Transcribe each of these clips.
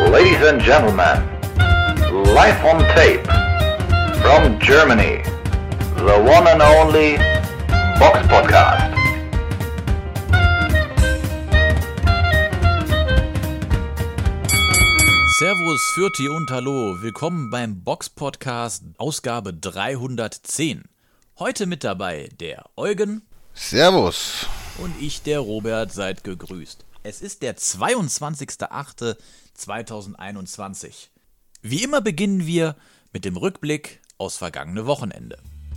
Ladies and gentlemen, live on tape from Germany, the one and only Box Podcast. Servus, Fürti und Hallo, willkommen beim Box Podcast, Ausgabe 310. Heute mit dabei der Eugen. Servus. Und ich, der Robert, seid gegrüßt. Es ist der 22.08.2021. Wie immer beginnen wir mit dem Rückblick aus vergangene Wochenende.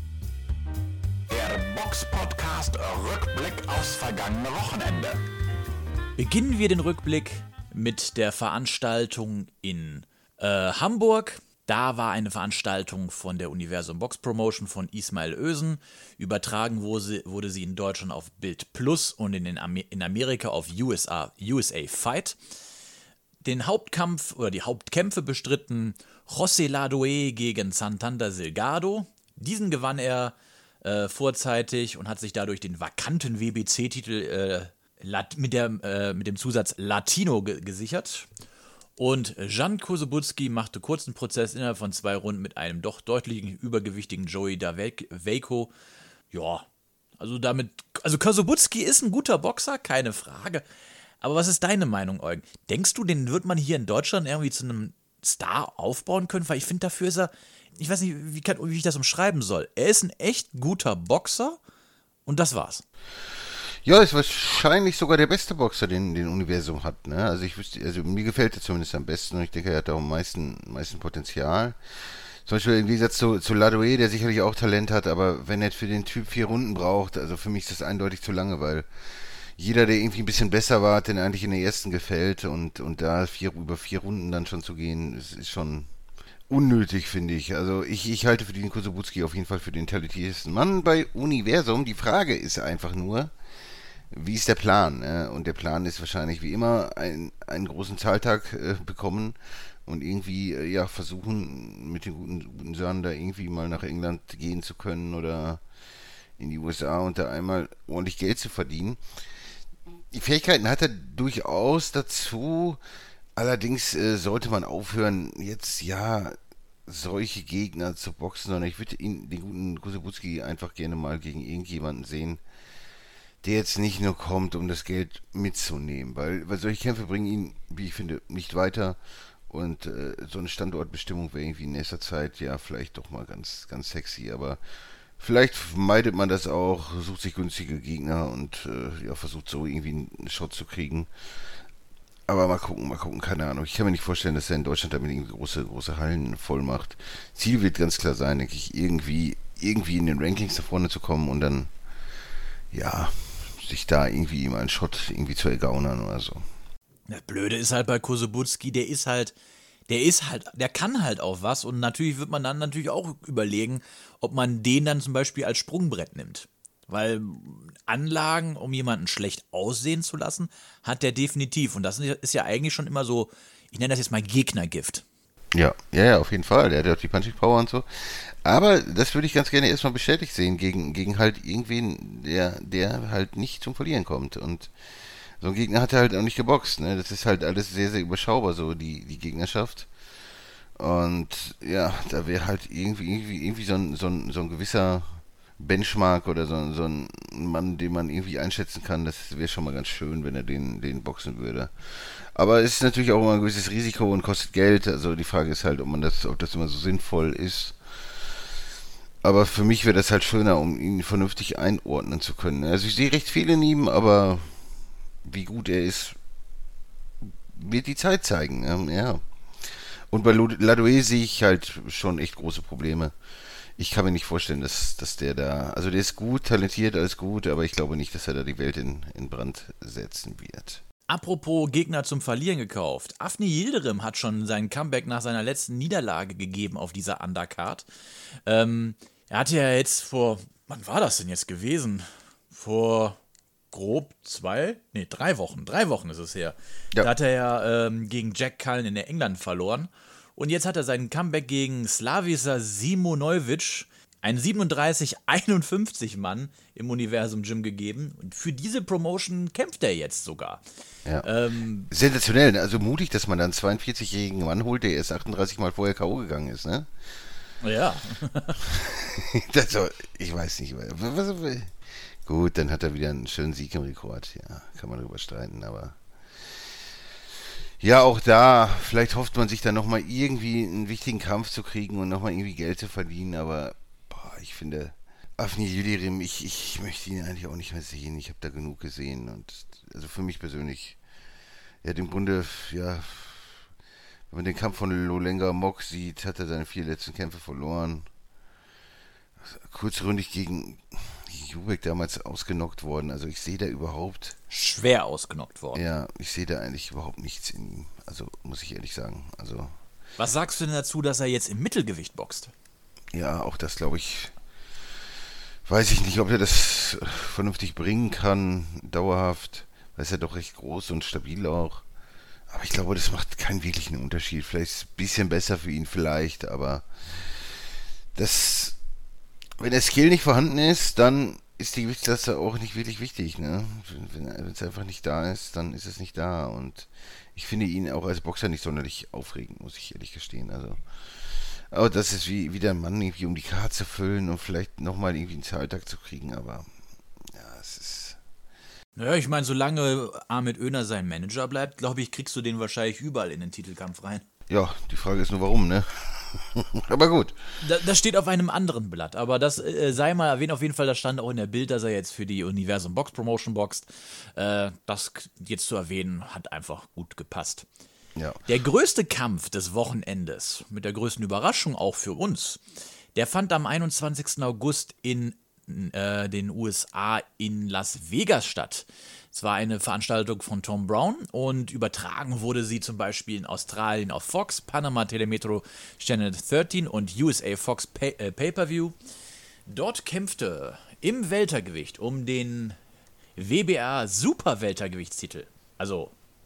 Der Box Podcast Rückblick aus vergangene Wochenende. Beginnen wir den Rückblick mit der Veranstaltung in Hamburg. Da war eine Veranstaltung von der Universum Box Promotion von Ismail Özen. Übertragen wurde sie in Deutschland auf Bild Plus und in Amerika auf USA Fight. Den Hauptkampf oder die Hauptkämpfe bestritten José Ladoé gegen Santander Silgado. Diesen gewann er vorzeitig und hat sich dadurch den vakanten WBC-Titel mit dem Zusatz Latino gesichert. Und Jan Kosebutski machte kurzen Prozess innerhalb von 2 Runden mit einem doch deutlich übergewichtigen Joey Dawejko. Ja, also Kosebutski ist ein guter Boxer, keine Frage. Aber was ist deine Meinung, Eugen? Denkst du, den wird man hier in Deutschland irgendwie zu einem Star aufbauen können? Weil ich finde, dafür ist er, ich weiß nicht, wie ich das umschreiben soll. Er ist ein echt guter Boxer und das war's. Ja, ist wahrscheinlich sogar der beste Boxer, den Universum hat, ne? Also mir gefällt er zumindest am besten und ich denke, er hat auch am meisten Potenzial. Zum Beispiel im Gegensatz zu Ladoé, der sicherlich auch Talent hat, aber wenn er für den Typ 4 Runden braucht, also für mich ist das eindeutig zu lange, weil jeder, der irgendwie ein bisschen besser war, hat den eigentlich in der ersten gefällt und da über 4 Runden dann schon zu gehen, ist schon unnötig, finde ich. Also ich halte für den Kosebutski auf jeden Fall für den talentiertesten Mann bei Universum. Die Frage ist einfach nur, wie ist der Plan? Und der Plan ist wahrscheinlich wie immer einen großen Zahltag bekommen und irgendwie versuchen mit den guten Sachen da irgendwie mal nach England gehen zu können oder in die USA und da einmal ordentlich Geld zu verdienen. Die Fähigkeiten hat er durchaus dazu, allerdings sollte man aufhören, jetzt solche Gegner zu boxen, sondern ich würde den guten Kosebutski einfach gerne mal gegen irgendjemanden sehen, der jetzt nicht nur kommt, um das Geld mitzunehmen, weil solche Kämpfe bringen ihn, wie ich finde, nicht weiter und so eine Standortbestimmung wäre irgendwie in nächster Zeit vielleicht doch mal ganz, ganz sexy, aber vielleicht vermeidet man das auch, sucht sich günstige Gegner und versucht so irgendwie einen Shot zu kriegen. Aber mal gucken, keine Ahnung. Ich kann mir nicht vorstellen, dass er in Deutschland damit irgendwie große Hallen voll macht. Ziel wird ganz klar sein, denke ich, irgendwie in den Rankings da vorne zu kommen und dann sich da irgendwie ihm einen Shot irgendwie zu ergaunern oder so. Das Blöde ist halt bei Kosebutski, der kann halt auch was und natürlich wird man dann auch überlegen, ob man den dann zum Beispiel als Sprungbrett nimmt. Weil Anlagen, um jemanden schlecht aussehen zu lassen, hat der definitiv. Und das ist ja eigentlich schon immer so, ich nenne das jetzt mal Gegnergift. Ja, auf jeden Fall. Der hat ja auch die Punching Power und so. Aber das würde ich ganz gerne erstmal bestätigt sehen, gegen halt irgendwen, der halt nicht zum Verlieren kommt. Und so ein Gegner hat er halt auch nicht geboxt, ne? Das ist halt alles sehr, sehr überschaubar, so die Gegnerschaft. Und da wäre halt irgendwie so ein gewisser Benchmark oder so ein Mann, den man irgendwie einschätzen kann, das wäre schon mal ganz schön, wenn er den boxen würde. Aber es ist natürlich auch immer ein gewisses Risiko und kostet Geld, also die Frage ist halt, ob das immer so sinnvoll ist. Aber für mich wäre das halt schöner, um ihn vernünftig einordnen zu können. Also ich sehe recht viel in ihm, aber wie gut er ist, wird die Zeit zeigen, ja. Und bei Ladoé sehe ich halt schon echt große Probleme. Ich kann mir nicht vorstellen, dass der da, also der ist gut, talentiert, alles gut, aber ich glaube nicht, dass er da die Welt in Brand setzen wird. Apropos Gegner zum Verlieren gekauft. Afni Yildirim hat schon seinen Comeback nach seiner letzten Niederlage gegeben auf dieser Undercard. Er hatte ja jetzt wann war das denn jetzt gewesen? Vor grob 3 Wochen. 3 Wochen ist es her. Ja. Da hat er ja gegen Jack Cullen in England verloren. Und jetzt hat er seinen Comeback gegen Slavisa Simonovic einen 37-51 Mann im Universum Gym gegeben. Und für diese Promotion kämpft er jetzt sogar. Ja. Sensationell, ne? Also mutig, dass man dann einen 42-jährigen Mann holt, der erst 38 Mal vorher K.O. gegangen ist, ne? Ja. Ich weiß nicht. Gut, dann hat er wieder einen schönen Sieg im Rekord. Ja, kann man drüber streiten, aber... Ja, auch da, vielleicht hofft man sich dann nochmal irgendwie einen wichtigen Kampf zu kriegen und nochmal irgendwie Geld zu verdienen, aber ich finde, Afni Yildirim, ich möchte ihn eigentlich auch nicht mehr sehen. Ich habe da genug gesehen und also für mich persönlich, er hat im Grunde, ja, wenn man den Kampf von Lolenga Mok sieht, hat er seine 4 letzten Kämpfe verloren. Kurzründig gegen Jubek damals ausgenockt worden. Also ich sehe da überhaupt... Schwer ausgenockt worden. Ja, ich sehe da eigentlich überhaupt nichts in ihm. Also muss ich ehrlich sagen. Also... Was sagst du denn dazu, dass er jetzt im Mittelgewicht boxt? Ja, auch das glaube ich... Weiß ich nicht, ob er das vernünftig bringen kann, dauerhaft. Weil ist ja doch recht groß und stabil auch. Aber ich glaube, das macht keinen wirklichen Unterschied. Vielleicht ein bisschen besser für ihn vielleicht, aber... Das... Wenn der Skill nicht vorhanden ist, dann ist die Gewichtsklasse auch nicht wirklich wichtig, ne? Wenn es einfach nicht da ist, dann ist es nicht da. Und ich finde ihn auch als Boxer nicht sonderlich aufregend, muss ich ehrlich gestehen. Also, aber das ist wie der Mann, irgendwie um die Karte zu füllen und vielleicht nochmal irgendwie einen Zahltag zu kriegen, aber ja, es ist... Naja, ich meine, solange Ahmed Öner sein Manager bleibt, glaube ich, kriegst du den wahrscheinlich überall in den Titelkampf rein. Ja, die Frage ist nur, warum, ne? Aber gut. Das steht auf einem anderen Blatt, aber das sei mal erwähnt, auf jeden Fall, das stand auch in der Bild, dass er jetzt für die Universum Box Promotion boxt. Das jetzt zu erwähnen, hat einfach gut gepasst. Ja. Der größte Kampf des Wochenendes, mit der größten Überraschung auch für uns, der fand am 21. August in den USA in Las Vegas statt. Es war eine Veranstaltung von Tom Brown und übertragen wurde sie zum Beispiel in Australien auf Fox, Panama Telemetro Channel 13 und USA Fox Pay-Per-View. Dort kämpfte im Weltergewicht um den WBA Super-Weltergewichtstitel. Also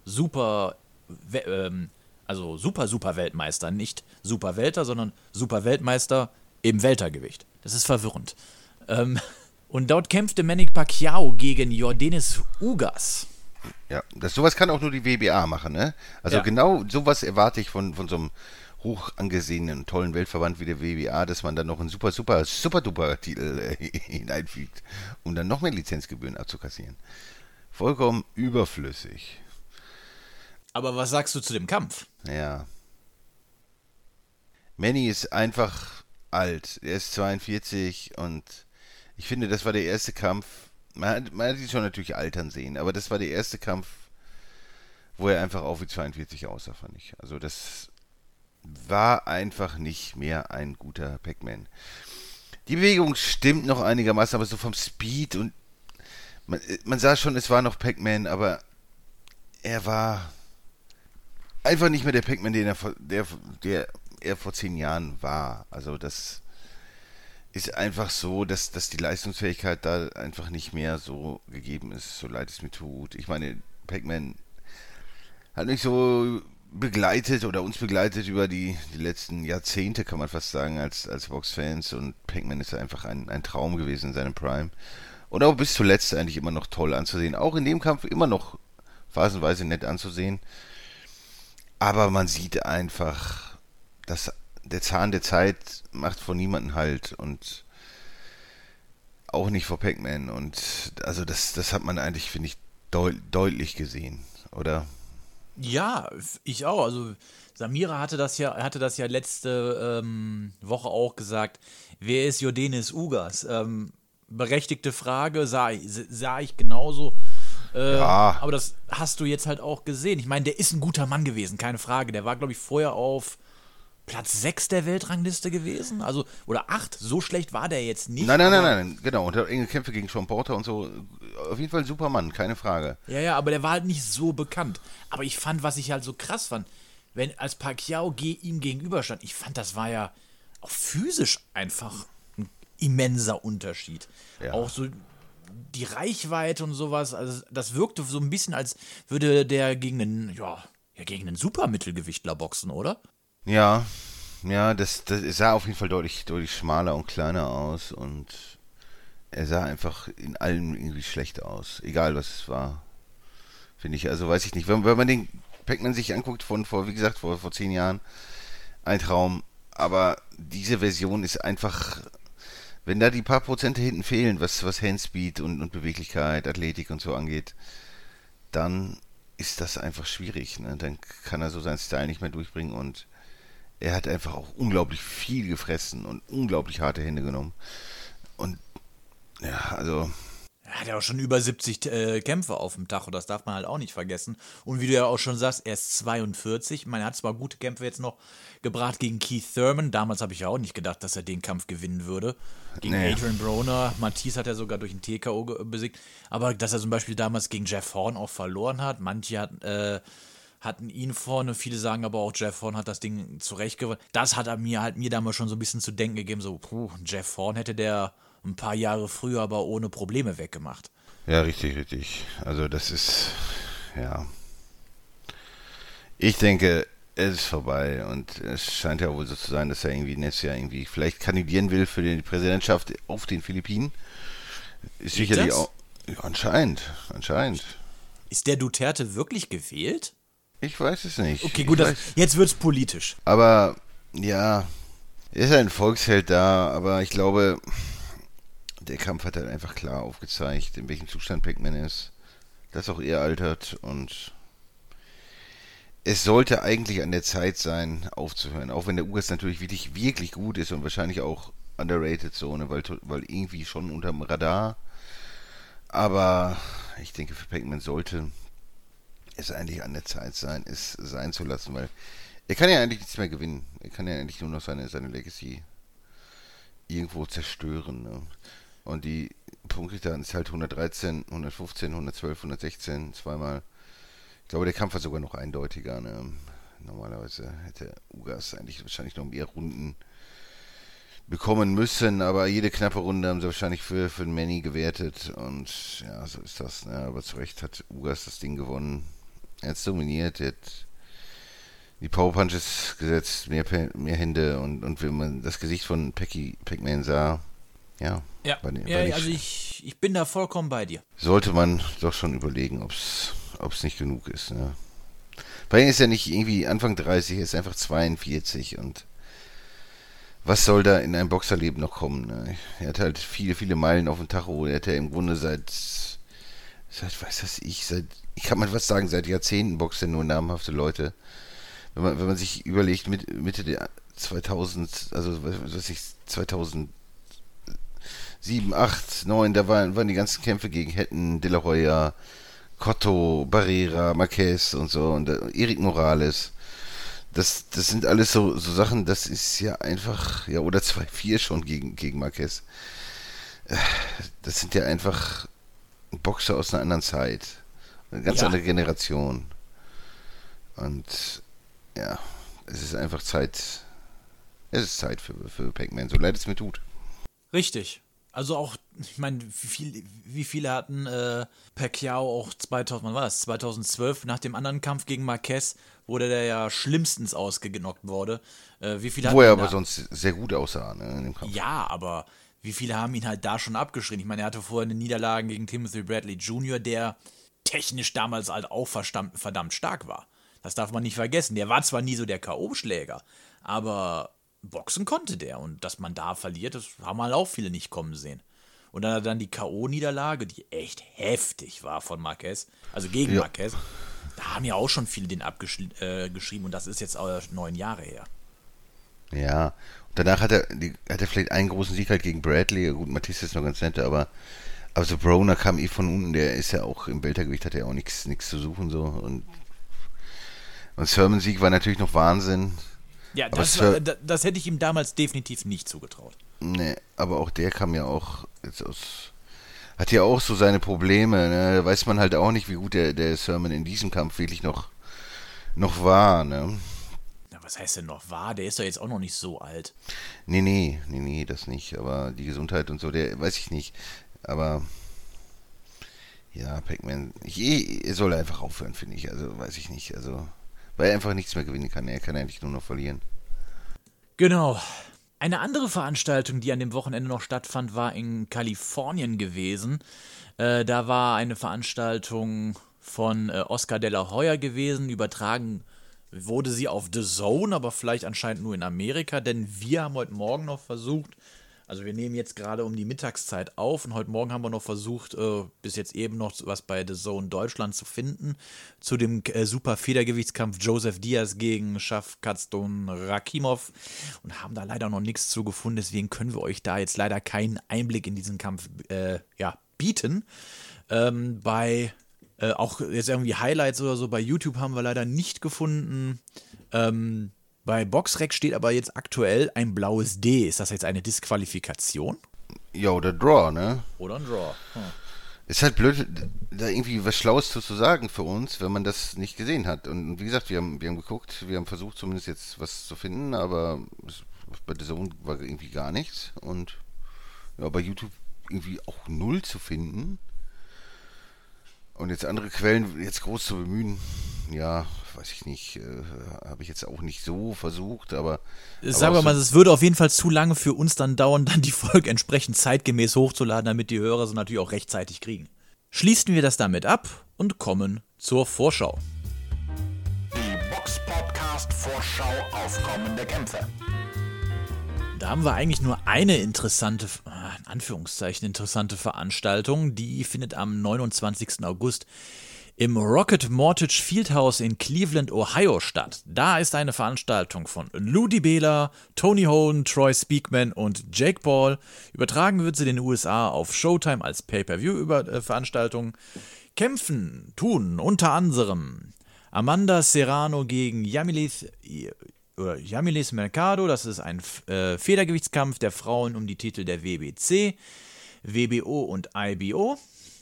Super-Weltmeister, nicht Super-Welter, sondern Super-Weltmeister im Weltergewicht. Das ist verwirrend. Und dort kämpfte Manny Pacquiao gegen Yordenis Ugas. Ja, sowas kann auch nur die WBA machen, ne? Also Ja. genau sowas erwarte ich von so einem hoch angesehenen, tollen Weltverband wie der WBA, dass man dann noch einen super duper Titel hineinfügt, um dann noch mehr Lizenzgebühren abzukassieren. Vollkommen überflüssig. Aber was sagst du zu dem Kampf? Ja. Manny ist einfach alt. Er ist 42 und ich finde, das war der erste Kampf. Man hat ihn schon natürlich altern sehen, aber das war der erste Kampf, wo er einfach auch wie 42 aussah, fand ich. Also das war einfach nicht mehr ein guter Pac-Man. Die Bewegung stimmt noch einigermaßen, aber so vom Speed und man sah schon, es war noch Pac-Man, aber er war einfach nicht mehr der Pac-Man, der er vor 10 Jahren war. Also das ist einfach so, dass die Leistungsfähigkeit da einfach nicht mehr so gegeben ist, so leid es mir tut. Ich meine, Pac-Man hat mich so begleitet oder uns begleitet über die letzten Jahrzehnte, kann man fast sagen, als Boxfans, und Pac-Man ist einfach ein Traum gewesen in seinem Prime. Und auch bis zuletzt eigentlich immer noch toll anzusehen. Auch in dem Kampf immer noch phasenweise nett anzusehen. Aber man sieht einfach, dass der Zahn der Zeit macht vor niemanden Halt und auch nicht vor Pac-Man. Und also das hat man eigentlich, finde ich, deutlich gesehen, oder? Ja, ich auch. Also Samira hatte das ja letzte Woche auch gesagt. Wer ist Yordenis Ugas? Berechtigte Frage, sah ich genauso. Ja. Aber das hast du jetzt halt auch gesehen. Ich meine, der ist ein guter Mann gewesen, keine Frage. Der war, glaube ich, vorher auf Platz 6 der Weltrangliste gewesen. Also, oder 8, so schlecht war der jetzt nicht. Nein, genau. Und hat enge Kämpfe gegen Sean Porter und so. Auf jeden Fall ein super Mann, keine Frage. Ja, aber der war halt nicht so bekannt. Aber ich fand, was ich halt so krass fand, wenn als Pacquiao ihm gegenüberstand, ich fand, das war ja auch physisch einfach ein immenser Unterschied. Ja. Auch so die Reichweite und sowas, also das wirkte so ein bisschen, als würde der gegen einen Supermittelgewichtler boxen, oder? Ja, Ja, das sah auf jeden Fall deutlich schmaler und kleiner aus und er sah einfach in allem irgendwie schlecht aus. Egal was es war, finde ich. Also weiß ich nicht. Wenn man den Pac-Man sich anguckt wie gesagt, vor 10 Jahren, ein Traum. Aber diese Version ist einfach, wenn da die paar Prozente hinten fehlen, was Handspeed und Beweglichkeit, Athletik und so angeht, dann ist das einfach schwierig. Ne? Dann kann er so seinen Style nicht mehr durchbringen und er hat einfach auch unglaublich viel gefressen und unglaublich harte Hände genommen. Und ja, also... Er hat ja auch schon über 70 Kämpfe auf dem Tacho, das darf man halt auch nicht vergessen. Und wie du ja auch schon sagst, er ist 42. Ich meine, er hat zwar gute Kämpfe jetzt noch gebracht gegen Keith Thurman. Damals habe ich ja auch nicht gedacht, dass er den Kampf gewinnen würde. Gegen Adrian Broner. Matisse hat er sogar durch ein TKO besiegt. Aber dass er zum Beispiel damals gegen Jeff Horn auch verloren hat. Manche hatten ihn vorne, viele sagen aber auch, Jeff Horn hat das Ding zurecht gewonnen. Das hat mir damals schon so ein bisschen zu denken gegeben, so, Jeff Horn hätte der ein paar Jahre früher aber ohne Probleme weggemacht. Ja, richtig. Also das ist, ja. Ich denke, es ist vorbei und es scheint ja wohl so zu sein, dass er irgendwie nächstes Jahr irgendwie vielleicht kandidieren will für die Präsidentschaft auf den Philippinen. Ist sicherlich auch, ja, anscheinend. Ist der Duterte wirklich gewählt? Ich weiß es nicht. Okay, gut, jetzt wird's politisch. Aber, ja, ist ein Volksheld da, aber ich glaube, der Kampf hat halt einfach klar aufgezeigt, in welchem Zustand Pac-Man ist, dass auch er altert und es sollte eigentlich an der Zeit sein, aufzuhören. Auch wenn der Ugas natürlich wirklich gut ist und wahrscheinlich auch underrated so, ne, weil irgendwie schon unterm Radar. Aber ich denke, für Pac-Man sollte es eigentlich an der Zeit sein, es sein zu lassen, weil er kann ja eigentlich nichts mehr gewinnen. Er kann ja eigentlich nur noch seine Legacy irgendwo zerstören, ne? Und die Punkte ist halt 113, 115, 112, 116, zweimal. Ich glaube, der Kampf war sogar noch eindeutiger. Ne? Normalerweise hätte Ugas eigentlich wahrscheinlich noch mehr Runden bekommen müssen, aber jede knappe Runde haben sie wahrscheinlich für den Manny gewertet. Und ja, so ist das. Ne? Aber zu Recht hat Ugas das Ding gewonnen. Er hat es dominiert, er hat die Power Punches gesetzt, mehr Hände und wenn man das Gesicht von Pac-Man sah, ja. Also ich bin da vollkommen bei dir. Sollte man doch schon überlegen, ob es nicht genug ist. Ne? Bei ihm ist er nicht irgendwie Anfang 30, er ist einfach 42 und was soll da in einem Boxerleben noch kommen? Ne? Er hat halt viele Meilen auf dem Tacho. Er hat ja im Grunde seit ich kann mal was sagen, seit Jahrzehnten boxt er nur namhafte Leute. Wenn man sich überlegt, Mitte der 2000, also was weiß ich, 2007, 8, 9, da waren die ganzen Kämpfe gegen Hatton, De La Hoya, Cotto, Barrera, Marquez und so und Erik Morales. Das sind alles so Sachen, das ist ja einfach, ja, oder 2-4 schon gegen Marquez. Das sind ja einfach Boxer aus einer anderen Zeit. Eine ganz andere Generation. Und ja, es ist einfach Zeit. Es ist Zeit für Pac-Man, so leid es mir tut. Richtig. Also auch, ich meine, wie viele hatten Pacquiao auch 2012 nach dem anderen Kampf gegen Marquez, wo der ja schlimmstens ausgenockt wurde. Wo er aber sonst sehr gut aussah, ne, in dem Kampf. Ja, aber wie viele haben ihn halt da schon abgeschrien? Ich meine, er hatte vorher eine Niederlage gegen Timothy Bradley Jr., der technisch damals halt auch verdammt stark war. Das darf man nicht vergessen. Der war zwar nie so der K.O.-Schläger, aber boxen konnte der. Und dass man da verliert, das haben halt auch viele nicht kommen sehen. Und dann hat er dann die K.O.-Niederlage, die echt heftig war von Marquez, also gegen Marquez. Da haben ja auch schon viele den abgeschrieben und das ist jetzt auch 9 Jahre her. Ja, und danach hat er vielleicht einen großen Sieg halt gegen Bradley. Gut, Matisse ist noch ganz nett, aber so Broner kam von unten, der ist ja auch im Weltergewicht, hat er auch nichts zu suchen so. Und Sermon Sieg war natürlich noch Wahnsinn. Ja, das hätte ich ihm damals definitiv nicht zugetraut. Nee, aber auch der kam ja auch jetzt hat ja auch so seine Probleme, ne? Da weiß man halt auch nicht, wie gut der Sermon in diesem Kampf wirklich noch war, ne? Na, was heißt denn noch war? Der ist doch jetzt auch noch nicht so alt. Nee, das nicht, aber die Gesundheit und so, der weiß ich nicht. Aber ja, Pac-Man, er soll einfach aufhören, finde ich, also weiß ich nicht, also weil er einfach nichts mehr gewinnen kann, er kann eigentlich nur noch verlieren. Genau. Eine andere Veranstaltung, die an dem Wochenende noch stattfand, war in Kalifornien gewesen. Da war eine Veranstaltung von Oscar de la Hoya gewesen. Übertragen wurde sie auf The Zone, aber vielleicht anscheinend nur in Amerika, denn wir haben heute Morgen noch versucht, also wir nehmen jetzt gerade um die Mittagszeit auf und heute Morgen haben wir noch versucht, bis jetzt eben noch was bei The Zone Deutschland zu finden, zu dem super Federgewichtskampf Joseph Diaz gegen Shavkat Rakimov und haben da leider noch nichts zu gefunden, deswegen können wir euch da jetzt leider keinen Einblick in diesen Kampf bieten. Auch jetzt irgendwie Highlights oder so bei YouTube haben wir leider nicht gefunden. Bei Boxrec steht aber jetzt aktuell ein blaues D. Ist das jetzt eine Disqualifikation? Ja, oder Draw, ne? Oder ein Draw. Ist halt blöd, da irgendwie was Schlaues zu sagen für uns, wenn man das nicht gesehen hat. Und wie gesagt, wir haben geguckt, wir haben versucht zumindest jetzt was zu finden, aber bei der Zone war irgendwie gar nichts. Und ja, bei YouTube irgendwie auch null zu finden. Und jetzt andere Quellen jetzt groß zu bemühen, ja, weiß ich nicht, habe ich jetzt auch nicht so versucht, aber... Sagen wir mal, es würde auf jeden Fall zu lange für uns dann dauern, dann die Folge entsprechend zeitgemäß hochzuladen, damit die Hörer sie natürlich auch rechtzeitig kriegen. Schließen wir das damit ab und kommen zur Vorschau. Die Box-Podcast-Vorschau auf kommende Kämpfe. Da haben wir eigentlich nur eine interessante, in Anführungszeichen interessante Veranstaltung, die findet am 29. August im Rocket Mortgage Fieldhouse in Cleveland, Ohio statt. Da ist eine Veranstaltung von Lou DiBella, Tony Holden, Troy Speakman und Jake Paul. Übertragen wird sie in den USA auf Showtime als Pay-Per-View-Veranstaltung. Kämpfen tun unter anderem Amanda Serrano gegen Yamilis Mercado, das ist ein Federgewichtskampf der Frauen um die Titel der WBC, WBO und IBO.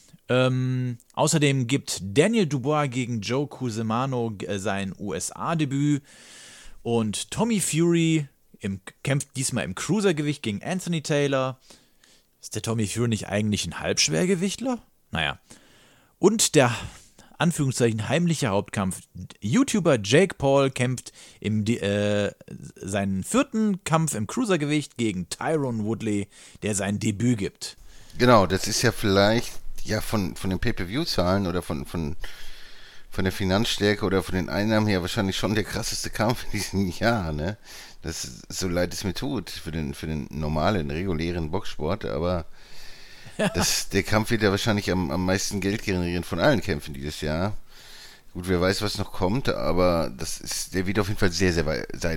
Außerdem gibt Daniel Dubois gegen Joe Cusimano sein USA-Debüt und Tommy Fury kämpft diesmal im Cruisergewicht gegen Anthony Taylor. Ist der Tommy Fury nicht eigentlich ein Halbschwergewichtler? Naja. Und der Anführungszeichen heimlicher Hauptkampf. YouTuber Jake Paul kämpft seinen 4. Kampf im Cruisergewicht gegen Tyron Woodley, der sein Debüt gibt. Genau, das ist ja vielleicht ja von den Pay-Per-View-Zahlen oder von der Finanzstärke oder von den Einnahmen her wahrscheinlich schon der krasseste Kampf in diesem Jahr, ne? Das ist, so leid es mir tut, für den normalen, regulären Boxsport, aber der Kampf wird ja wahrscheinlich am meisten Geld generieren von allen Kämpfen dieses Jahr. Gut, wer weiß, was noch kommt, aber der wird auf jeden Fall sehr, sehr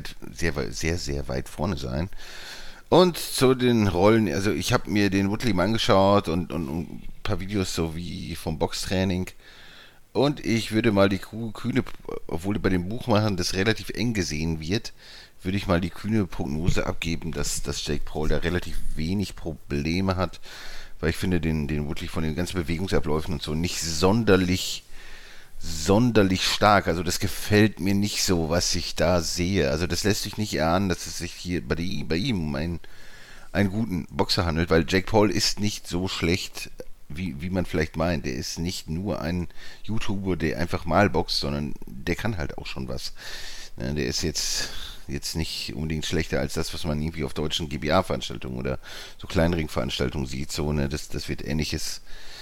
weit vorne sein. Und zu den Rollen, also ich habe mir den Woodley mal angeschaut und ein paar Videos so wie vom Boxtraining. Und ich würde mal die kühne, obwohl bei dem Buchmachern das relativ eng gesehen wird, würde ich mal die kühne Prognose abgeben, dass Jake Paul da relativ wenig Probleme hat. Weil ich finde den Woodley von den ganzen Bewegungsabläufen und so nicht sonderlich stark. Also das gefällt mir nicht so, was ich da sehe. Also das lässt sich nicht erahnen, dass es sich hier bei ihm um einen guten Boxer handelt, weil Jake Paul ist nicht so schlecht, wie man vielleicht meint. Der ist nicht nur ein YouTuber, der einfach mal boxt, sondern der kann halt auch schon was. Der ist jetzt nicht unbedingt schlechter als das, was man irgendwie auf deutschen GBA-Veranstaltungen oder so Kleinring-Veranstaltungen sieht. So, ne? Das wird ähnliches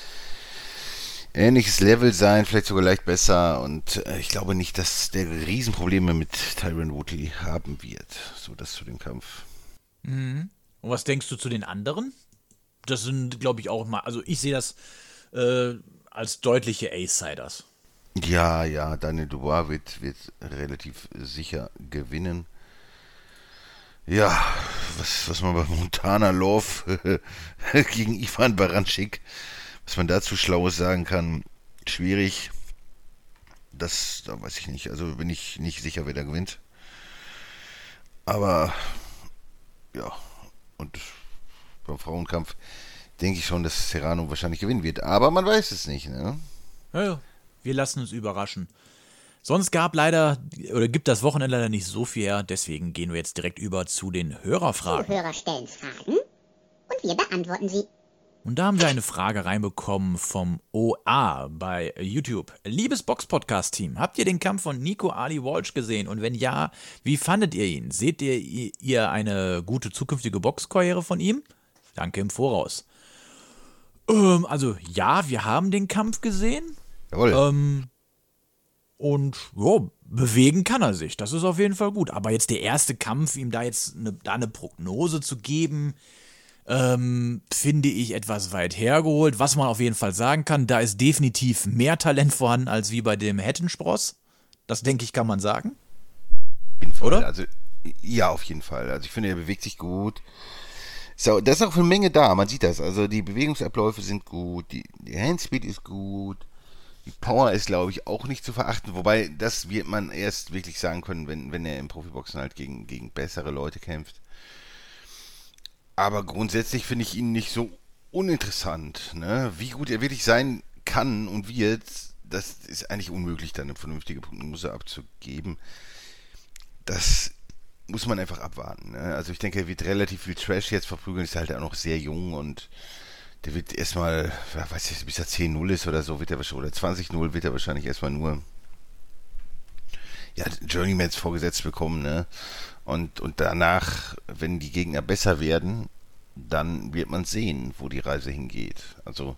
Level sein, vielleicht sogar leicht besser. Und ich glaube nicht, dass der Riesenprobleme mit Tyron Woodley haben wird. So, das zu dem Kampf. Mhm. Und was denkst du zu den anderen? Das sind, glaube ich, auch mal, also ich sehe das als deutliche A-Siders. Ja, Daniel Dubois wird relativ sicher gewinnen. Ja, was man bei Montana Love gegen Ivan Baranchik, was man dazu Schlaues sagen kann, schwierig. Da weiß ich nicht. Also bin ich nicht sicher, wer da gewinnt. Aber ja, und beim Frauenkampf denke ich schon, dass Serrano wahrscheinlich gewinnen wird. Aber man weiß es nicht, ne? Ja, wir lassen uns überraschen. Sonst gibt das Wochenende leider nicht so viel her, deswegen gehen wir jetzt direkt über zu den Hörerfragen. Die Hörer stellen Fragen und wir beantworten sie. Und da haben wir eine Frage reinbekommen vom OA bei YouTube. Liebes Box-Podcast-Team, habt ihr den Kampf von Nico Ali Walsh gesehen? Und wenn ja, wie fandet ihr ihn? Seht ihr eine gute zukünftige Boxkarriere von ihm? Danke im Voraus. Also ja, wir haben den Kampf gesehen. Jawohl. Und ja, bewegen kann er sich. Das ist auf jeden Fall gut. Aber jetzt der erste Kampf, ihm da jetzt eine Prognose zu geben, finde ich etwas weit hergeholt. Was man auf jeden Fall sagen kann, da ist definitiv mehr Talent vorhanden als wie bei dem Hettenspross. Das denke ich, kann man sagen. Auf jeden Fall. Oder? Also, ja, auf jeden Fall. Also ich finde, er bewegt sich gut. So, da ist auch eine Menge da, man sieht das. Also die Bewegungsabläufe sind gut, die Handspeed ist gut, die Power ist, glaube ich, auch nicht zu verachten. Wobei, das wird man erst wirklich sagen können, wenn er im Profiboxen halt gegen bessere Leute kämpft. Aber grundsätzlich finde ich ihn nicht so uninteressant. Ne? Wie gut er wirklich sein kann und wird, das ist eigentlich unmöglich, da eine vernünftige Prognose abzugeben. Das muss man einfach abwarten. Ne? Also ich denke, er wird relativ viel Trash jetzt verprügeln, ist halt auch noch sehr jung und der wird erstmal, weiß ich, bis er 10-0 ist oder so, wird er wahrscheinlich, oder 20-0 wird er wahrscheinlich erstmal nur Journeymans vorgesetzt bekommen, ne? Und danach, wenn die Gegner besser werden, dann wird man sehen, wo die Reise hingeht. Also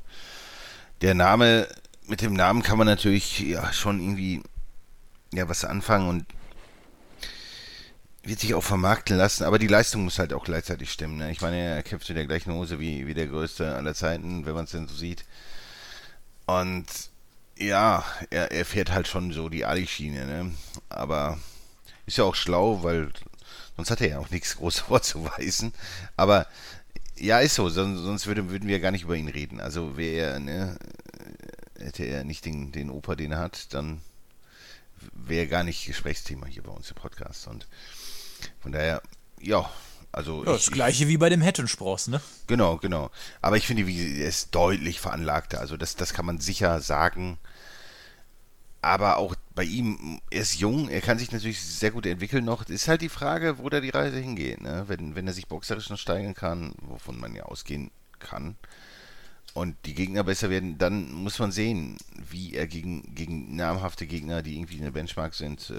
mit dem Namen kann man natürlich schon irgendwie was anfangen und wird sich auch vermarkten lassen, aber die Leistung muss halt auch gleichzeitig stimmen. Ne? Ich meine, er kämpft in der gleichen Hose wie der Größte aller Zeiten, wenn man es denn so sieht. Und ja, er fährt halt schon so die Ali-Schiene, ne? Aber ist ja auch schlau, weil sonst hat er ja auch nichts groß vorzuweisen. Aber ja, ist so, sonst würden wir gar nicht über ihn reden. Also hätte er nicht den Opa, den er hat, dann wäre er gar nicht Gesprächsthema hier bei uns im Podcast. Und von daher, also das gleiche wie bei dem Hettenspross, ne? Genau. Aber ich finde, er ist deutlich veranlagter. Also das kann man sicher sagen. Aber auch bei ihm, er ist jung, er kann sich natürlich sehr gut entwickeln noch. Ist halt die Frage, wo da die Reise hingeht. Ne? Wenn er sich boxerisch noch steigern kann, wovon man ja ausgehen kann, und die Gegner besser werden, dann muss man sehen, wie er gegen namhafte Gegner, die irgendwie in der Benchmark sind,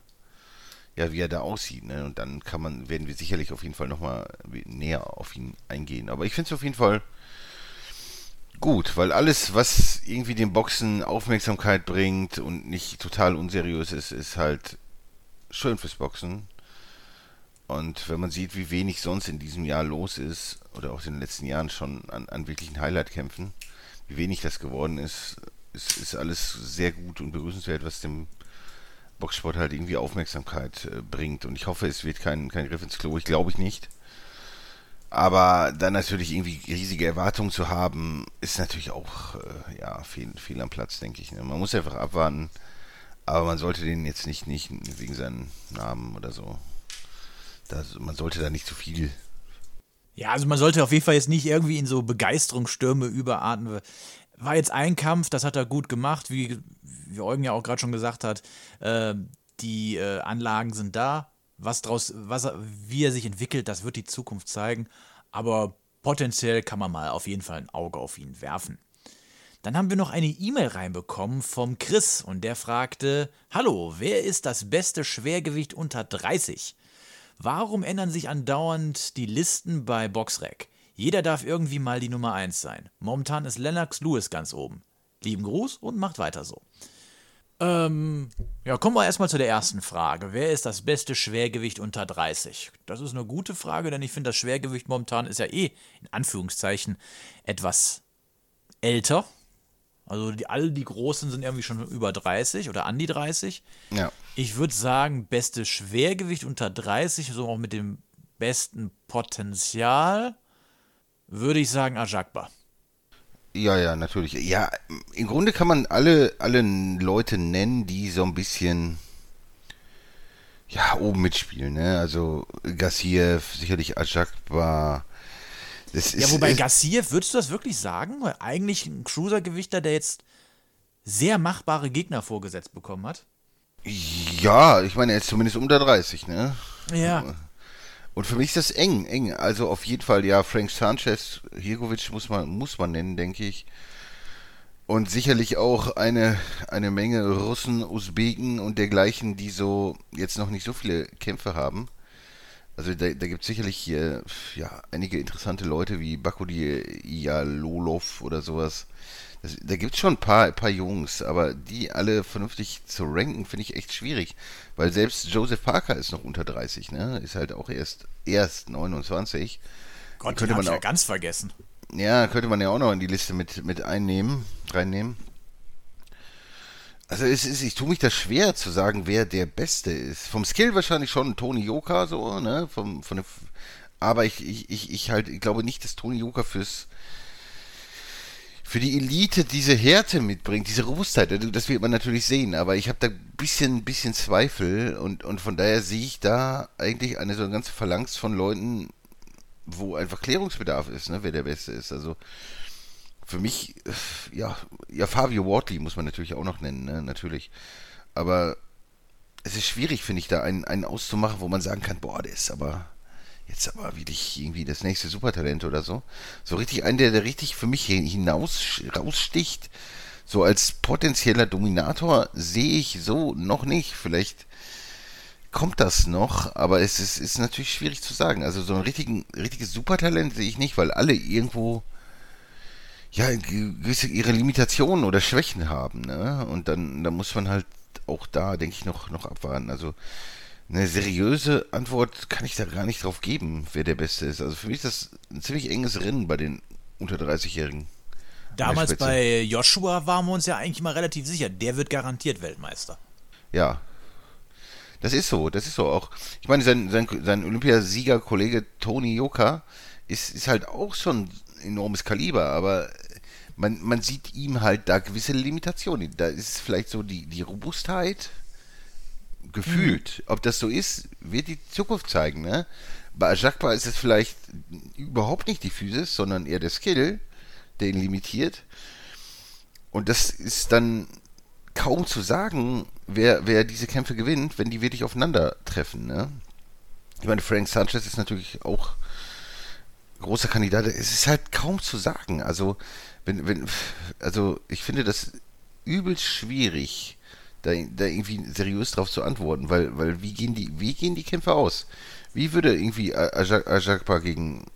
wie er da aussieht. Ne? Und dann werden wir sicherlich auf jeden Fall nochmal näher auf ihn eingehen. Aber ich finde es auf jeden Fall gut, weil alles, was irgendwie dem Boxen Aufmerksamkeit bringt und nicht total unseriös ist halt schön fürs Boxen. Und wenn man sieht, wie wenig sonst in diesem Jahr los ist, oder auch in den letzten Jahren schon an wirklichen Highlight-Kämpfen, wie wenig das geworden ist alles sehr gut und begrüßenswert, was dem Boxsport halt irgendwie Aufmerksamkeit bringt. Und ich hoffe, es wird kein Griff ins Klo, ich glaube nicht. Aber dann natürlich irgendwie riesige Erwartungen zu haben, ist natürlich auch fehl am Platz, denke ich. Ne? Man muss einfach abwarten, aber man sollte den jetzt nicht wegen seinem Namen oder so. Man sollte da nicht zu viel. Ja, also man sollte auf jeden Fall jetzt nicht irgendwie in so Begeisterungsstürme überatmen. War jetzt ein Kampf, das hat er gut gemacht, wie Eugen ja auch gerade schon gesagt hat. Die Anlagen sind da. Wie er sich entwickelt, das wird die Zukunft zeigen. Aber potenziell kann man mal auf jeden Fall ein Auge auf ihn werfen. Dann haben wir noch eine E-Mail reinbekommen vom Chris und der fragte: Hallo, wer ist das beste Schwergewicht unter 30? Warum ändern sich andauernd die Listen bei Boxrec? Jeder darf irgendwie mal die Nummer 1 sein. Momentan ist Lennox Lewis ganz oben. Lieben Gruß und macht weiter so. Kommen wir erstmal zu der ersten Frage. Wer ist das beste Schwergewicht unter 30? Das ist eine gute Frage, denn ich finde, das Schwergewicht momentan ist ja in Anführungszeichen, etwas älter. Also alle die Großen sind irgendwie schon über 30 oder an die 30. Ja. Ich würde sagen, beste Schwergewicht unter 30, so auch mit dem besten Potenzial, würde ich sagen Ajakba. Ja, natürlich. Ja, im Grunde kann man alle Leute nennen, die so ein bisschen oben mitspielen, ne? Also Gassiev, sicherlich Ajakba. Wobei Gassiev, würdest du das wirklich sagen? Weil eigentlich ein Cruisergewichter, der jetzt sehr machbare Gegner vorgesetzt bekommen hat. Ja, ich meine, er ist zumindest unter 30, ne? Ja. Und für mich ist das eng. Also auf jeden Fall, ja, Frank Sanchez, Hrgovic muss man nennen, denke ich. Und sicherlich auch eine Menge Russen, Usbeken und dergleichen, die so jetzt noch nicht so viele Kämpfe haben. Also da gibt es sicherlich hier ja, einige interessante Leute wie Bakudir Jalolov oder sowas. Da gibt es schon ein paar Jungs, aber die alle vernünftig zu ranken, finde ich echt schwierig. Weil selbst Joseph Parker ist noch unter 30, ne? Ist halt auch erst 29. Gott, Könnte den hab man ich ja auch, ganz vergessen. ja, könnte man ja auch noch in die Liste mit reinnehmen. Also ich tue mich da schwer zu sagen, wer der Beste ist. Vom Skill wahrscheinlich schon Tony Yoka, so, ne? Aber ich glaube nicht, dass Tony Yoka für die Elite diese Härte mitbringt, diese Robustheit. Das wird man natürlich sehen, aber ich habe da ein bisschen Zweifel und von daher sehe ich da eigentlich so eine ganze Phalanx von Leuten, wo einfach Klärungsbedarf ist, ne? Wer der Beste ist. Also für mich, ja, Fabio Wardley muss man natürlich auch noch nennen, ne? Natürlich. Aber es ist schwierig, finde ich, da einen auszumachen, wo man sagen kann, boah, der ist aber jetzt aber wirklich irgendwie das nächste Supertalent oder so. So richtig einen, der richtig für mich raussticht, so als potenzieller Dominator, sehe ich so noch nicht. Vielleicht kommt das noch, aber es ist natürlich schwierig zu sagen. Also so ein richtiges Supertalent sehe ich nicht, weil alle irgendwo ja gewisse ihre Limitationen oder Schwächen haben, ne? Und dann muss man halt auch da, denke ich, noch abwarten. Also eine seriöse Antwort kann ich da gar nicht drauf geben, wer der Beste ist. Also für mich ist das ein ziemlich enges Rennen bei den unter 30-Jährigen. Damals bei Joshua waren wir uns ja eigentlich mal relativ sicher, der wird garantiert Weltmeister. Ja, das ist so auch. Ich meine, sein Olympiasieger-Kollege Tony Yoka ist halt auch schon ein enormes Kaliber, aber man sieht ihm halt da gewisse Limitationen. Da ist vielleicht so die Robustheit gefühlt. Ob das so ist, wird die Zukunft zeigen, ne? Bei Ajakba ist es vielleicht überhaupt nicht die Physis, sondern eher der Skill, der ihn limitiert. Und das ist dann kaum zu sagen, wer diese Kämpfe gewinnt, wenn die wirklich aufeinandertreffen, ne? Ich meine, Frank Sanchez ist natürlich auch großer Kandidat. Es ist halt kaum zu sagen. Also, also ich finde das übelst schwierig, da irgendwie seriös drauf zu antworten, weil wie gehen die Kämpfe aus? Wie würde irgendwie Ajakpa gegen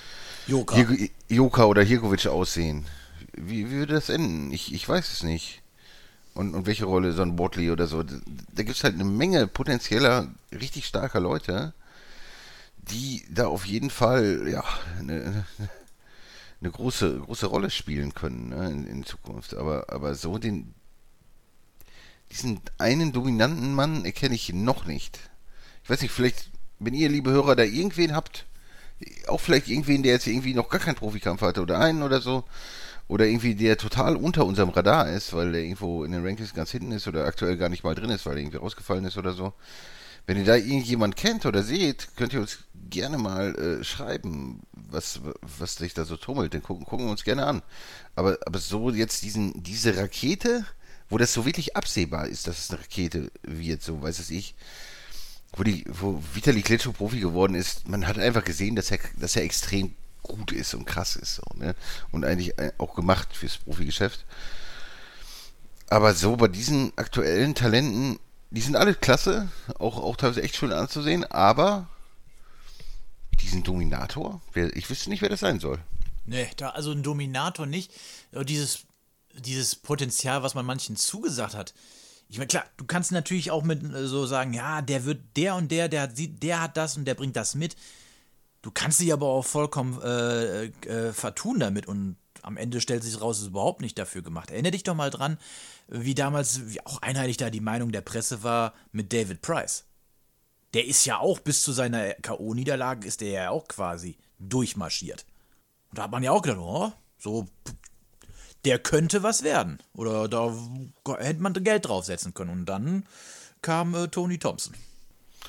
Joka oder Hrgovic aussehen? Wie würde das enden? Ich weiß es nicht. Und welche Rolle so ein Wardley oder so. Da gibt es halt eine Menge potenzieller, richtig starker Leute, die da auf jeden Fall ja eine große Rolle spielen können, ne, in Zukunft. Aber so diesen einen dominanten Mann erkenne ich noch nicht. Ich weiß nicht, vielleicht, wenn ihr, liebe Hörer, da irgendwen habt, auch vielleicht irgendwen, der jetzt irgendwie noch gar keinen Profikampf hatte oder einen oder so, oder irgendwie der total unter unserem Radar ist, weil der irgendwo in den Rankings ganz hinten ist oder aktuell gar nicht mal drin ist, weil er irgendwie rausgefallen ist oder so. Wenn ihr da irgendjemand kennt oder seht, könnt ihr uns gerne mal schreiben, was sich da so tummelt. Den gucken wir uns gerne an. Aber so jetzt diese Rakete, wo das so wirklich absehbar ist, dass es eine Rakete wird, so weiß es ich, wo Vitali Klitschko Profi geworden ist, man hat einfach gesehen, dass er extrem gut ist und krass ist, so, ne? Und eigentlich auch gemacht fürs Profigeschäft. Aber so bei diesen aktuellen Talenten, die sind alle klasse, auch teilweise echt schön anzusehen, aber diesen Dominator, ich wüsste nicht, wer das sein soll. Nee, also ein Dominator nicht. Aber dieses Potenzial, was man manchen zugesagt hat. Ich meine, klar, du kannst natürlich auch mit so sagen, ja, der wird der und der hat das und der bringt das mit. Du kannst dich aber auch vollkommen vertun damit und am Ende stellt sich raus, es ist überhaupt nicht dafür gemacht. Erinnere dich doch mal dran, wie damals auch einheitlich da die Meinung der Presse war mit David Price. Der ist ja auch bis zu seiner K.O.-Niederlage ist der ja auch quasi durchmarschiert. Und da hat man ja auch gedacht, oh, so, der könnte was werden. Oder da hätte man Geld draufsetzen können. Und dann kam Tony Thompson.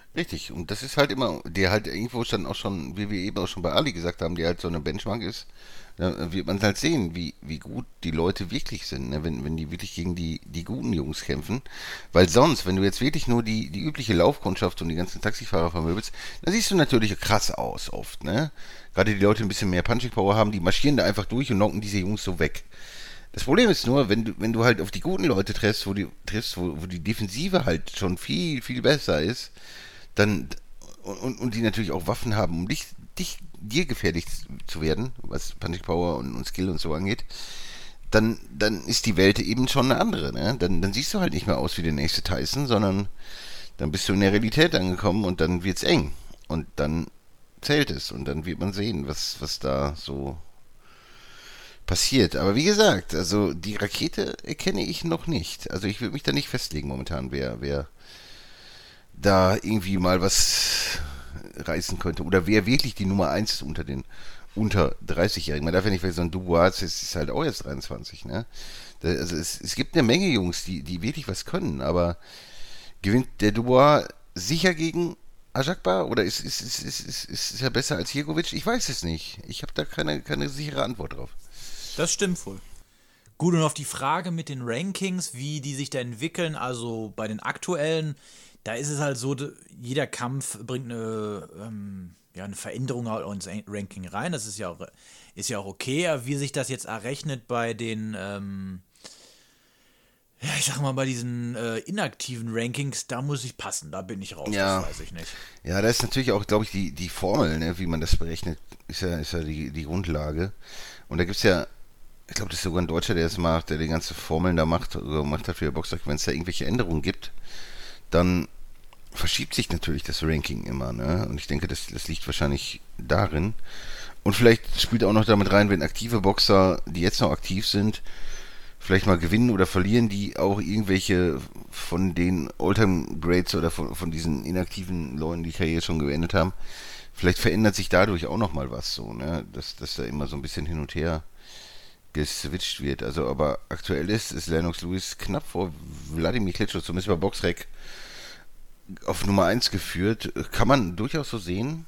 Richtig, und das ist halt immer, der halt irgendwo dann auch schon, wie wir eben auch schon bei Ali gesagt haben, der halt so eine Benchmark ist, da wird man halt sehen, wie gut die Leute wirklich sind, ne? Wenn die wirklich gegen die guten Jungs kämpfen. Weil sonst, wenn du jetzt wirklich nur die übliche Laufkundschaft und die ganzen Taxifahrer vermöbelst, dann siehst du natürlich krass aus oft, ne? Gerade die Leute, die ein bisschen mehr Punching Power haben, die marschieren da einfach durch und knocken diese Jungs so weg. Das Problem ist nur, wenn du halt auf die guten Leute triffst, wo die Defensive halt schon viel, viel besser ist, dann und die natürlich auch Waffen haben, um dir gefährlich zu werden, was Punching Power und Skill und so angeht, dann ist die Welt eben schon eine andere, ne? Dann siehst du halt nicht mehr aus wie der nächste Tyson, sondern dann bist du in der Realität angekommen und dann wird's eng. Und dann zählt es und dann wird man sehen, was da so passiert. Aber wie gesagt, also die Rakete erkenne ich noch nicht. Also ich würde mich da nicht festlegen momentan, wer da irgendwie mal was reißen könnte. Oder wer wirklich die Nummer 1 ist unter den unter 30-Jährigen. Man darf ja nicht vergessen, so ein Dubois ist halt auch jetzt 23, ne? Also es gibt eine Menge Jungs, die wirklich was können, aber gewinnt der Dubois sicher gegen Ajakba oder ist er besser als Jirgovic? Ich weiß es nicht. Ich habe da keine sichere Antwort drauf. Das stimmt wohl. Gut, und auf die Frage mit den Rankings, wie die sich da entwickeln, also bei den aktuellen, da ist es halt so, jeder Kampf bringt eine Veränderung ins Ranking rein. Das ist ja auch okay. Aber wie sich das jetzt errechnet bei den, ich sag mal, bei diesen inaktiven Rankings, da muss ich passen. Da bin ich raus, Ja. das weiß ich nicht. Ja, da ist natürlich auch, glaube ich, die Formel, ne, wie man das berechnet, ist ja die Grundlage. Und da gibt's ja, ich glaube, das ist sogar ein Deutscher, der das macht, der die ganze Formeln da gemacht hat für die Boxer. Wenn es da irgendwelche Änderungen gibt, dann verschiebt sich natürlich das Ranking immer, ne? Und ich denke, das liegt wahrscheinlich darin. Und vielleicht spielt auch noch damit rein, wenn aktive Boxer, die jetzt noch aktiv sind, vielleicht mal gewinnen oder verlieren, die auch irgendwelche von den All-Time Greats oder von diesen inaktiven Leuten, die Karriere schon beendet haben, vielleicht verändert sich dadurch auch noch mal was so, ne? Dass da immer so ein bisschen hin und her geswitcht wird. Also, aber aktuell ist Lennox Lewis knapp vor Wladimir Klitschko, zumindest bei Boxrec, auf Nummer 1 geführt. Kann man durchaus so sehen.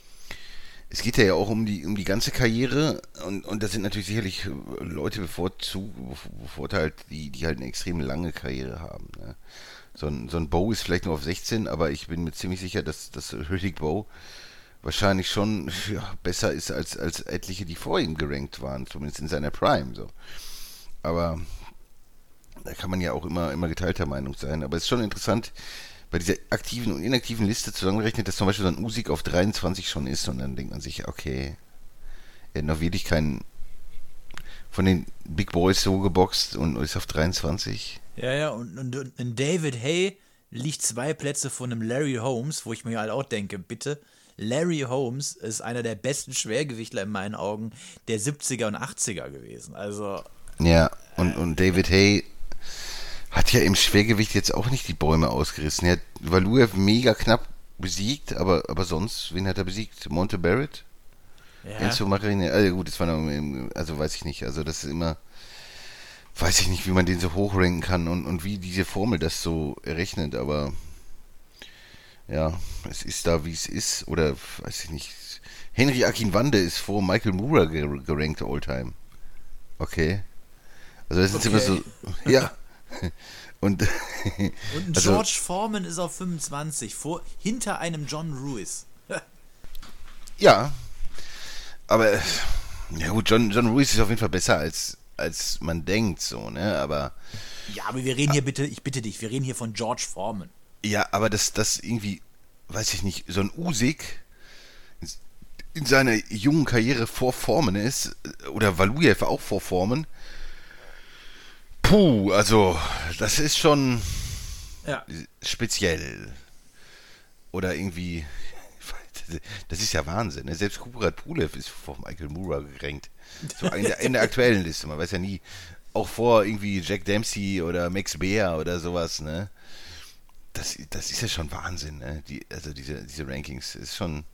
Es geht ja auch um die ganze Karriere und da sind natürlich sicherlich Leute bevorteilt, die halt eine extrem lange Karriere haben. Ne? So ein Bow ist vielleicht nur auf 16, aber ich bin mir ziemlich sicher, dass Riddick Bowe wahrscheinlich schon besser ist als etliche, die vor ihm gerankt waren, zumindest in seiner Prime. So. Aber da kann man ja auch immer geteilter Meinung sein. Aber es ist schon interessant, bei dieser aktiven und inaktiven Liste zusammengerechnet, dass zum Beispiel so ein Usyk auf 23 schon ist und dann denkt man sich, okay, er hat noch wirklich keinen von den Big Boys so geboxt und ist auf 23. Ja, und David Hay liegt 2 Plätze von einem Larry Holmes, wo ich mir halt auch denke, bitte, Larry Holmes ist einer der besten Schwergewichtler in meinen Augen der 70er und 80er gewesen. Also. Ja, und David Hay hat ja im Schwergewicht jetzt auch nicht die Bäume ausgerissen. Er hat Valuev mega knapp besiegt, aber sonst, wen hat er besiegt? Monte Barrett? Ja. Enzo Marine? Also gut, das war noch, also weiß ich nicht. Also das ist immer, weiß ich nicht, wie man den so hochranken kann und wie diese Formel das so errechnet, aber ja, es ist da, wie es ist. Oder, weiß ich nicht. Henry Akinwande ist vor Michael Moorer gerankt Alltime. Okay. Also das ist immer so, ja. Und George also, Foreman ist auf 25, hinter einem John Ruiz. ja. Aber, ja gut, John Ruiz ist auf jeden Fall besser als man denkt, so, ne, aber. Ja, aber wir reden hier ich bitte dich, wir reden hier von George Foreman. Ja, aber das irgendwie, weiß ich nicht, so ein Usyk in seiner jungen Karriere vor Foreman ist, oder Valuev auch vor Foreman. Puh, also, das ist schon speziell. Oder irgendwie, das ist ja Wahnsinn. Ne? Selbst Kubrat Pulev ist vor Michael Moorer gerankt. So in der aktuellen Liste, man weiß ja nie. Auch vor irgendwie Jack Dempsey oder Max Beer oder sowas, ne? Das ist ja schon Wahnsinn, ne? Diese Rankings ist schon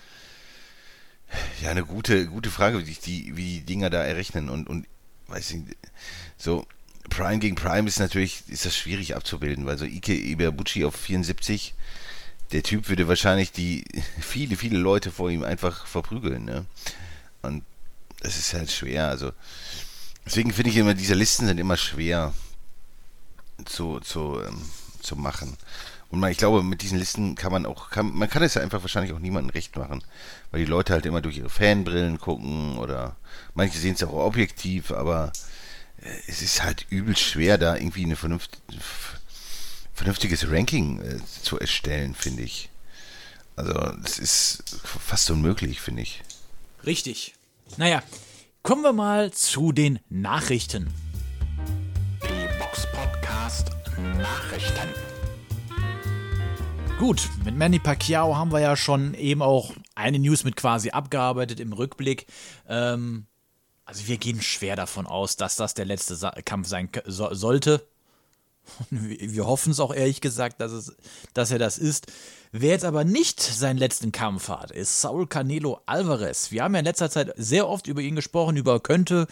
ja eine gute Frage, wie die Dinger da errechnen und weiß ich nicht, so Prime gegen Prime ist das schwierig abzubilden, weil so Ike Ibeabuchi auf 74, der Typ würde wahrscheinlich viele, viele Leute vor ihm einfach verprügeln, ne? Und das ist halt schwer, also deswegen finde ich immer, diese Listen sind immer schwer zu machen. Und ich glaube, mit diesen Listen kann man kann es ja einfach wahrscheinlich auch niemandem recht machen, weil die Leute halt immer durch ihre Fanbrillen gucken oder manche sehen es auch objektiv, aber es ist halt übel schwer, da irgendwie eine vernünftiges Ranking zu erstellen, finde ich. Also, das ist fast unmöglich, finde ich. Richtig. Naja, kommen wir mal zu den Nachrichten. Die Box Podcast Nachrichten. Gut, mit Manny Pacquiao haben wir ja schon eben auch eine News mit quasi abgearbeitet im Rückblick. Also wir gehen schwer davon aus, dass das der letzte Kampf sein sollte. Wir hoffen es auch ehrlich gesagt, dass er das ist. Wer jetzt aber nicht seinen letzten Kampf hat, ist Saul Canelo Alvarez. Wir haben ja in letzter Zeit sehr oft über ihn gesprochen, wer könnte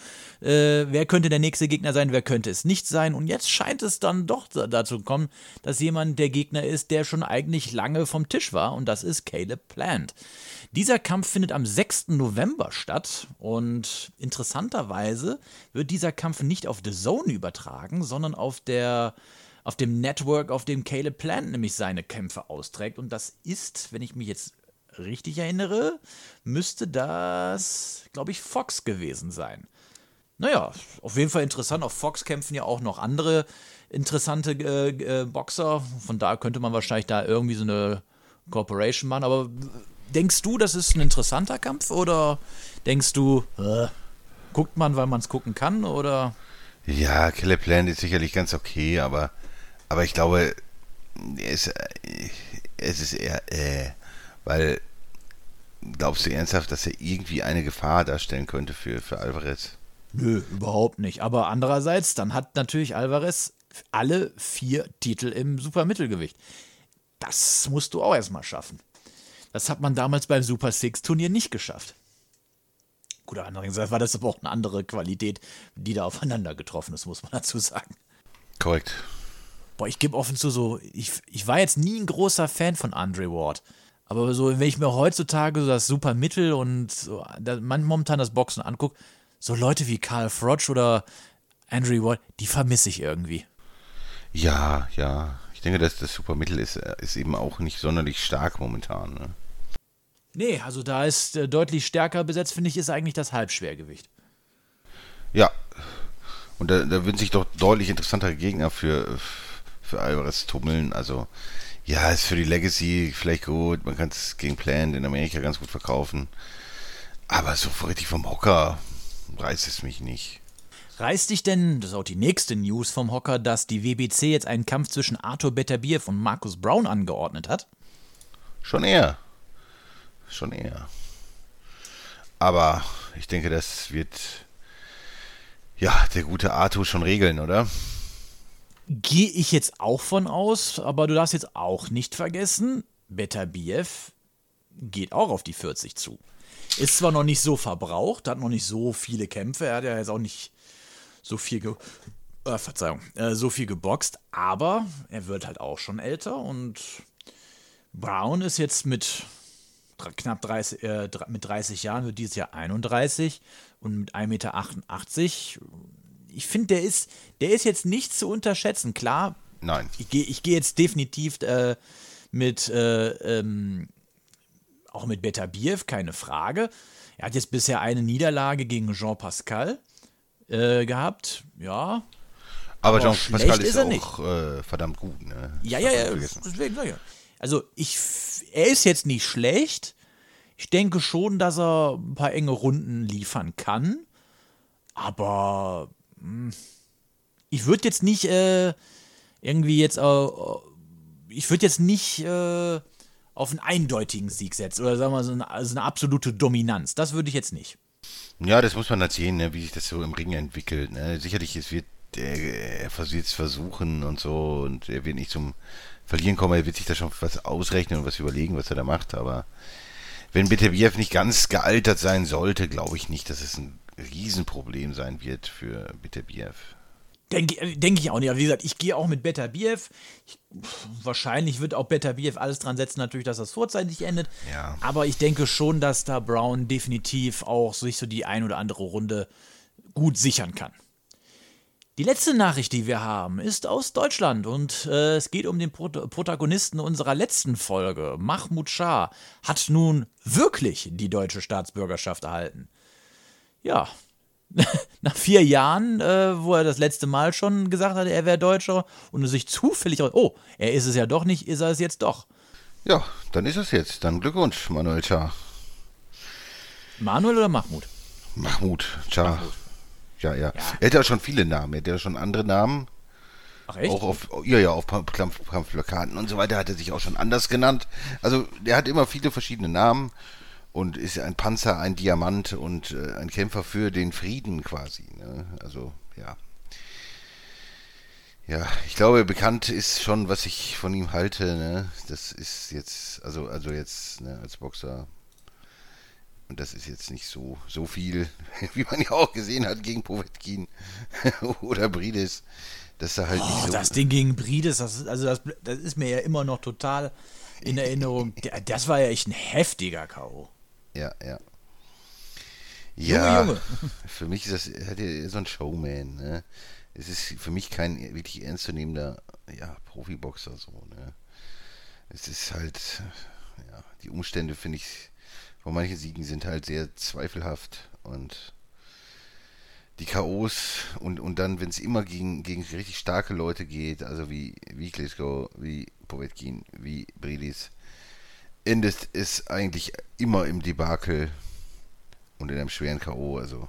der nächste Gegner sein, wer könnte es nicht sein. Und jetzt scheint es dann doch dazu kommen, dass jemand der Gegner ist, der schon eigentlich lange vom Tisch war. Und das ist Caleb Plant. Dieser Kampf findet am 6. November statt. Und interessanterweise wird dieser Kampf nicht auf The Zone übertragen, sondern auf dem Network, auf dem Caleb Plant nämlich seine Kämpfe austrägt. Und das ist, wenn ich mich jetzt richtig erinnere, müsste das, glaube ich, Fox gewesen sein. Naja, auf jeden Fall interessant. Auf Fox kämpfen ja auch noch andere interessante Boxer. Von da könnte man wahrscheinlich da irgendwie so eine Corporation machen. Aber denkst du, das ist ein interessanter Kampf? Oder denkst du, guckt man, weil man es gucken kann? Oder? Ja, Caleb Plant ist sicherlich ganz okay, aber ich glaube, es ist eher, weil glaubst du ernsthaft, dass er irgendwie eine Gefahr darstellen könnte für Alvarez? Nö, überhaupt nicht. Aber andererseits, dann hat natürlich Alvarez alle 4 Titel im Supermittelgewicht. Das musst du auch erstmal schaffen. Das hat man damals beim Super Six Turnier nicht geschafft. Gut, andererseits war das aber auch eine andere Qualität, die da aufeinander getroffen ist, muss man dazu sagen. Korrekt. Boah, ich gebe offen zu, ich war jetzt nie ein großer Fan von Andre Ward. Aber so, wenn ich mir heutzutage so das Supermittel und so, momentan das Boxen angucke, so Leute wie Carl Froch oder Andre Ward, die vermisse ich irgendwie. Ja. Ich denke, dass das Supermittel ist eben auch nicht sonderlich stark momentan, ne? Nee, also da ist deutlich stärker besetzt, finde ich, ist eigentlich das Halbschwergewicht. Ja. Und da würden sich doch deutlich interessantere Gegner für Alvarez tummeln. Also, ja, ist für die Legacy vielleicht gut. Man kann es gegen Plant in Amerika ganz gut verkaufen. Aber so richtig vom Hocker reißt es mich nicht. Reißt dich denn, das ist auch die nächste News vom Hocker, dass die WBC jetzt einen Kampf zwischen Arthur Beterbiev und Marcus Browne angeordnet hat? Schon eher. Aber ich denke, das wird der gute Arthur schon regeln, oder? Gehe ich jetzt auch von aus, aber du darfst jetzt auch nicht vergessen, Beterbiev geht auch auf die 40 zu. Ist zwar noch nicht so verbraucht, hat noch nicht so viele Kämpfe, er hat ja jetzt auch nicht so viel so viel geboxt, aber er wird halt auch schon älter und Browne ist jetzt mit knapp 30, mit 30 Jahren, wird dieses Jahr 31 und mit 1,88 Meter. Ich finde, der ist jetzt nicht zu unterschätzen. Klar, nein. Ich gehe jetzt definitiv auch mit Beterbiev, keine Frage. Er hat jetzt bisher eine Niederlage gegen Jean Pascal gehabt, ja. Aber Jean Pascal ist er auch verdammt gut, ne? Ja, deswegen sag ich. Also, er ist jetzt nicht schlecht. Ich denke schon, dass er ein paar enge Runden liefern kann. Aber ich würde jetzt nicht auf einen eindeutigen Sieg setzen oder sagen wir so eine absolute Dominanz. Das würde ich jetzt nicht. Ja, das muss man halt sehen, ne, wie sich das so im Ring entwickelt. Ne? Sicherlich, er wird es versuchen und so und er wird nicht zum Verlieren kommen, er wird sich da schon was ausrechnen und was überlegen, was er da macht, aber wenn Beterbiev nicht ganz gealtert sein sollte, glaube ich nicht, dass es ein Riesenproblem sein wird für Beterbiev. Denke ich auch nicht. Aber wie gesagt, ich gehe auch mit Beterbiev. Wahrscheinlich wird auch Beterbiev alles dran setzen, natürlich, dass das vorzeitig endet. Ja. Aber ich denke schon, dass da Brown definitiv auch sich so die ein oder andere Runde gut sichern kann. Die letzte Nachricht, die wir haben, ist aus Deutschland und es geht um den Protagonisten unserer letzten Folge. Mahmoud Shah hat nun wirklich die deutsche Staatsbürgerschaft erhalten. Ja, nach 4 Jahren, wo er das letzte Mal schon gesagt hatte, er wäre Deutscher und es sich zufällig, oh, er ist es ja doch nicht, ist er es jetzt doch. Ja, dann ist es jetzt. Dann Glückwunsch, Manuel Shah. Manuel oder Mahmoud? Mahmoud Shah. Ja. Er hätte ja schon viele Namen. Er hätte ja schon andere Namen. Ach echt? Auch auf Kampfplakaten und so weiter hat er sich auch schon anders genannt. Also der hat immer viele verschiedene Namen. Und ist ein Panzer, ein Diamant und ein Kämpfer für den Frieden quasi. Ne? Also, ja. Ja, ich glaube, bekannt ist schon, was ich von ihm halte. Ne? Das ist jetzt, also jetzt ne, als Boxer. Und das ist jetzt nicht so viel, wie man ja auch gesehen hat gegen Povetkin oder Briedis. Dass er halt nicht so. Das Ding gegen Briedis, das ist mir ja immer noch total in Erinnerung. Das war ja echt ein heftiger K.O. Ja. Junge. Für mich ist das hat ja so ein Showman, ne? Es ist für mich kein wirklich ernstzunehmender Profiboxer so, ne? Es ist halt, die Umstände, finde ich, von manchen Siegen sind halt sehr zweifelhaft und die K.O.s und dann, wenn es immer gegen richtig starke Leute geht, also wie Klitschko, wie Povetkin, wie Briedis, endet es eigentlich immer im Debakel und in einem schweren K.O., also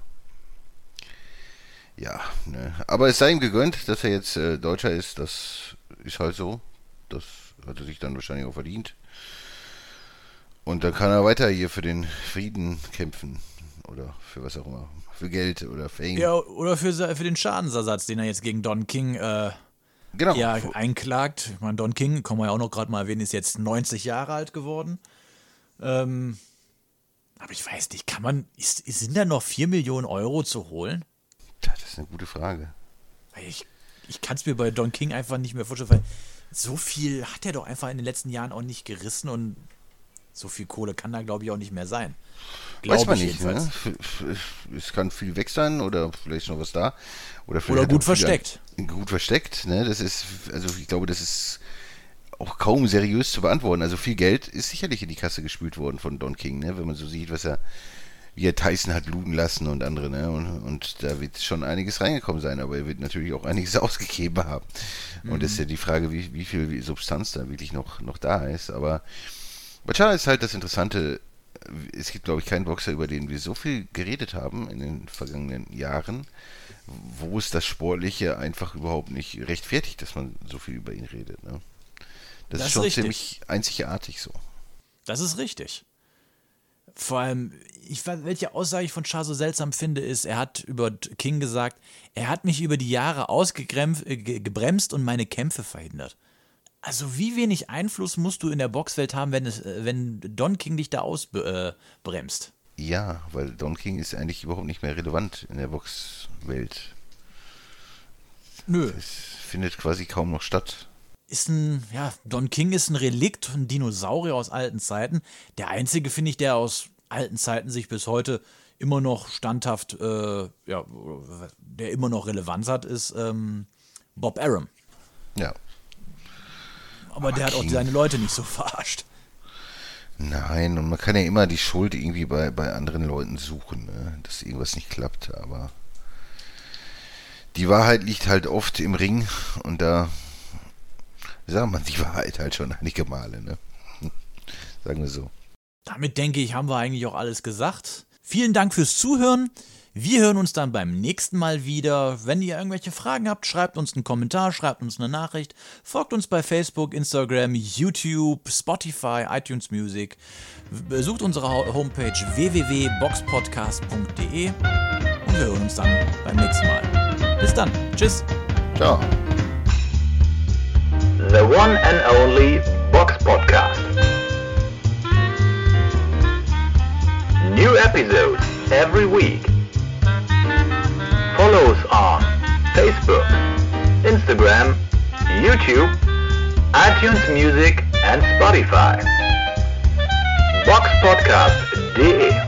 ja, ne. Aber es sei ihm gegönnt, dass er jetzt Deutscher ist, das ist halt so, das hat er sich dann wahrscheinlich auch verdient und dann kann er weiter hier für den Frieden kämpfen oder für was auch immer, für Geld oder Fame. Ja, oder für den Schadensersatz, den er jetzt gegen Don King einklagt. Ich meine, Don King, kann man ja auch noch gerade mal erwähnen, ist jetzt 90 Jahre alt geworden. Aber ich weiß nicht, sind da noch 4 Millionen Euro zu holen? Das ist eine gute Frage. Ich kann es mir bei Don King einfach nicht mehr vorstellen, weil so viel hat er doch einfach in den letzten Jahren auch nicht gerissen und so viel Kohle kann da, glaube ich, auch nicht mehr sein. Weiß man nicht, ne? Es kann viel weg sein oder vielleicht noch was da. Oder gut versteckt. Gut versteckt, ne? Das ist, also ich glaube, das ist auch kaum seriös zu beantworten. Also viel Geld ist sicherlich in die Kasse gespült worden von Don King, ne? Wenn man so sieht, wie er Tyson hat looten lassen und andere, ne? Und da wird schon einiges reingekommen sein, aber er wird natürlich auch einiges ausgegeben haben. Und das ist ja die Frage, wie viel Substanz da wirklich noch da ist. Aber Bachar ist halt das Interessante. Es gibt, glaube ich, keinen Boxer, über den wir so viel geredet haben in den vergangenen Jahren, wo es das Sportliche einfach überhaupt nicht rechtfertigt, dass man so viel über ihn redet. Ne? Das ist schon richtig. Ziemlich einzigartig so. Das ist richtig. Vor allem, welche Aussage ich von Shah so seltsam finde, ist, er hat über King gesagt, er hat mich über die Jahre gebremst und meine Kämpfe verhindert. Also wie wenig Einfluss musst du in der Boxwelt haben, wenn Don King dich da ausbremst? Ja, weil Don King ist eigentlich überhaupt nicht mehr relevant in der Boxwelt. Nö. Es findet quasi kaum noch statt. Don King ist ein Relikt, ein Dinosaurier aus alten Zeiten. Der einzige, finde ich, der aus alten Zeiten sich bis heute immer noch standhaft, der immer noch Relevanz hat, ist Bob Arum. Ja. Aber der hat auch seine Leute nicht so verarscht. Nein, und man kann ja immer die Schuld irgendwie bei anderen Leuten suchen, ne? Dass irgendwas nicht klappt, aber die Wahrheit liegt halt oft im Ring und da sagt man die Wahrheit halt schon einige Male, ne? Sagen wir so. Damit denke ich, haben wir eigentlich auch alles gesagt. Vielen Dank fürs Zuhören. Wir hören uns dann beim nächsten Mal wieder. Wenn ihr irgendwelche Fragen habt, schreibt uns einen Kommentar, schreibt uns eine Nachricht, folgt uns bei Facebook, Instagram, YouTube, Spotify, iTunes Music. Besucht unsere Homepage www.boxpodcast.de und wir hören uns dann beim nächsten Mal. Bis dann. Tschüss. Ciao. The one and only Box Podcast. New episodes every week. Follow us on Facebook, YouTube, iTunes Music and Spotify. boxpodcast.de